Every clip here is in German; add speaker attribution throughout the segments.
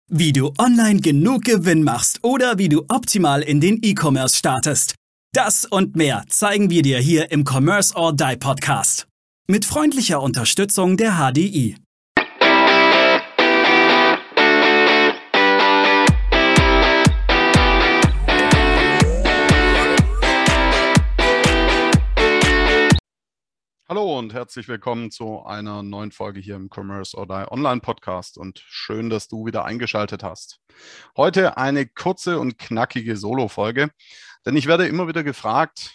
Speaker 1: Wie du online genug Gewinn machst oder wie du optimal in den E-Commerce startest. Das und mehr zeigen wir dir hier im Commerce or Die Podcast. Mit freundlicher Unterstützung der HDI.
Speaker 2: Hallo und herzlich willkommen zu einer neuen Folge hier im Commerce or Die Online Podcast und schön, dass du wieder eingeschaltet hast. Heute eine kurze und knackige Solo-Folge, denn ich werde immer wieder gefragt,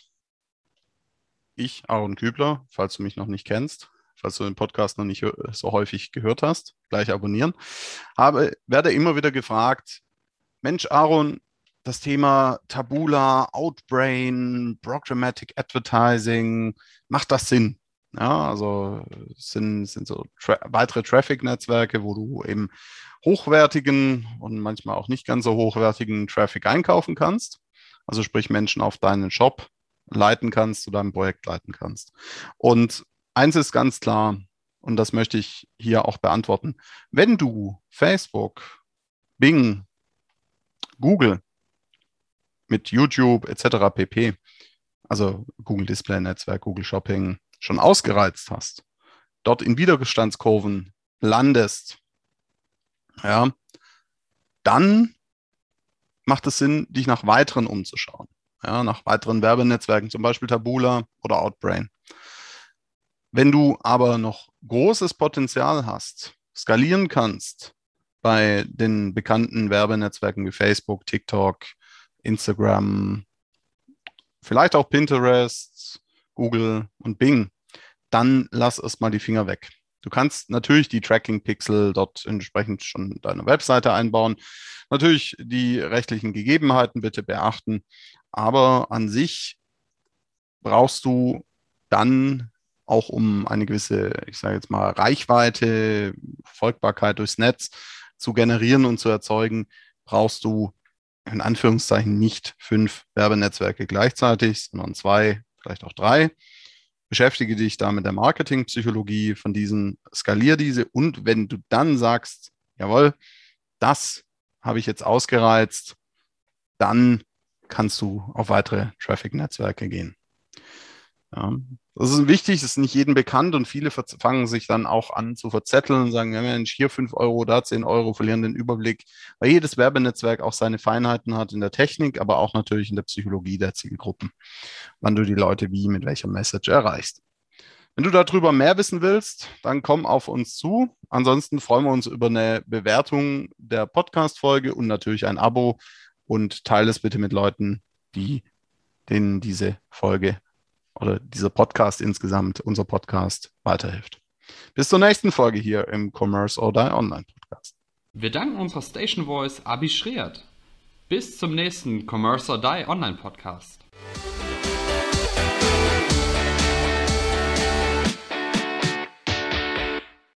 Speaker 2: ich, Aaron Kübler, falls du mich noch nicht kennst, falls du den Podcast noch nicht so häufig gehört hast, gleich abonnieren, werde immer wieder gefragt, Mensch Aaron, das Thema Taboola, Outbrain, Programmatic Advertising, macht das Sinn? Ja, also sind so weitere Traffic-Netzwerke, wo du eben hochwertigen und manchmal auch nicht ganz so hochwertigen Traffic einkaufen kannst. Also sprich Menschen auf deinen Shop leiten kannst, zu deinem Projekt leiten kannst. Und eins ist ganz klar, und das möchte ich hier auch beantworten. Wenn du Facebook, Bing, Google mit YouTube etc. pp., also Google Display Netzwerk, Google Shopping, schon ausgereizt hast, dort in Widerstandskurven landest, ja, dann macht es Sinn, dich nach weiteren umzuschauen. Ja, nach weiteren Werbenetzwerken, zum Beispiel Taboola oder Outbrain. Wenn du aber noch großes Potenzial hast, skalieren kannst bei den bekannten Werbenetzwerken wie Facebook, TikTok, Instagram, vielleicht auch Pinterest, Google und Bing, dann lass erstmal die Finger weg. Du kannst natürlich die Tracking-Pixel dort entsprechend schon deine Webseite einbauen. Natürlich die rechtlichen Gegebenheiten bitte beachten. Aber an sich brauchst du dann auch um eine gewisse, ich sage jetzt mal, Reichweite, Verfolgbarkeit durchs Netz zu generieren und zu erzeugen, brauchst du in Anführungszeichen nicht 5 Werbenetzwerke gleichzeitig, sondern 2, vielleicht auch 3. Beschäftige dich da mit der Marketingpsychologie von diesen, skalier diese und wenn du dann sagst, jawohl, das habe ich jetzt ausgereizt, dann kannst du auf weitere Traffic-Netzwerke gehen. Ja, das ist wichtig, das ist nicht jedem bekannt und viele fangen sich dann auch an zu verzetteln und sagen, ja Mensch, hier 5 Euro, da 10 Euro, verlieren den Überblick, weil jedes Werbenetzwerk auch seine Feinheiten hat in der Technik, aber auch natürlich in der Psychologie der Zielgruppen, wann du die Leute wie mit welcher Message erreichst. Wenn du darüber mehr wissen willst, dann komm auf uns zu. Ansonsten freuen wir uns über eine Bewertung der Podcast-Folge und natürlich ein Abo und teile es bitte mit Leuten, denen diese Folge oder dieser Podcast insgesamt, unser Podcast, weiterhilft. Bis zur nächsten Folge hier im Commerce or Die Online Podcast.
Speaker 3: Wir danken unserer Station Voice Abi Schreert. Bis zum nächsten Commerce or Die Online Podcast.